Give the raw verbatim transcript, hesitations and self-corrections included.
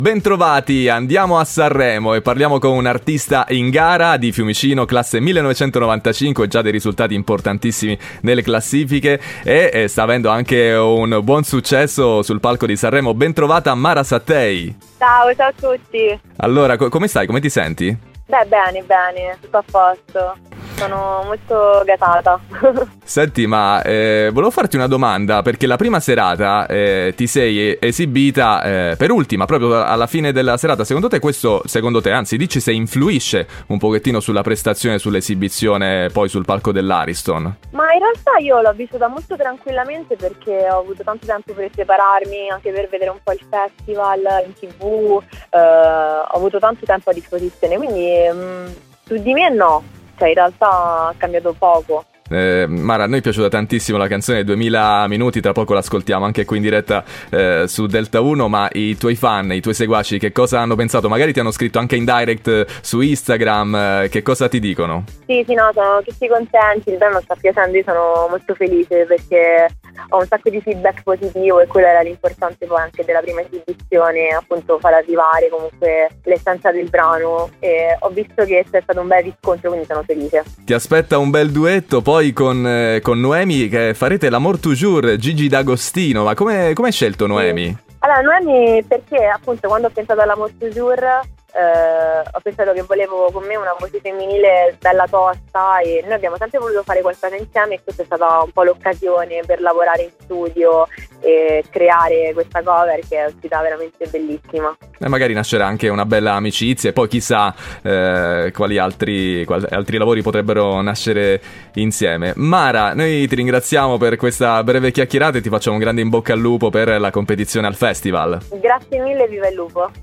Bentrovati, andiamo a Sanremo e parliamo con un artista in gara di Fiumicino, classe millenovecentonovantacinque, già dei risultati importantissimi nelle classifiche e, e sta avendo anche un buon successo sul palco di Sanremo. Bentrovata Mara Sattei. Ciao, ciao a tutti. Allora, co- come stai? Come ti senti? Beh, bene, bene, tutto a posto. Sono molto gasata. Senti, ma eh, volevo farti una domanda, perché la prima serata eh, ti sei esibita eh, per ultima, proprio alla fine della serata. Secondo te questo, secondo te, anzi, dici se influisce un pochettino sulla prestazione, sull'esibizione poi sul palco dell'Ariston? Ma in realtà io l'ho vissuta molto tranquillamente perché ho avuto tanto tempo per prepararmi, anche per vedere un po' il festival in tv, eh, ho avuto tanto tempo a disposizione, quindi mh, su di me no. Cioè, in realtà ha cambiato poco. Eh, Mara, a noi è piaciuta tantissimo la canzone duemila minuti, tra poco l'ascoltiamo anche qui in diretta eh, su Delta uno, ma i tuoi fan, i tuoi seguaci, che cosa hanno pensato? Magari ti hanno scritto anche in direct eh, su Instagram, eh, che cosa ti dicono? Sì, sì, no, sono tutti contenti, il brano sta piacendo, io sono molto felice perché ho un sacco di feedback positivo e quello era l'importante poi anche della prima esibizione, appunto far arrivare comunque l'essenza del brano, e ho visto che c'è stato un bel riscontro, quindi sono felice. Ti aspetta un bel duetto poi con, eh, con Noemi, che farete l'Amour Toujours, Gigi D'Agostino, ma come hai scelto Noemi? Sì. Allora, Noemi perché appunto quando ho pensato all'Amour Toujours eh, ho pensato che volevo con me una voce femminile bella tosta e noi abbiamo sempre voluto fare qualcosa insieme e questa è stata un po' l'occasione per lavorare in studio e creare questa cover che è uscita veramente bellissima. E magari nascerà anche una bella amicizia e poi chissà eh, quali altri, quali altri lavori potrebbero nascere insieme. Mara, noi ti ringraziamo per questa breve chiacchierata e ti facciamo un grande in bocca al lupo per la competizione al festival. Grazie mille, viva il lupo!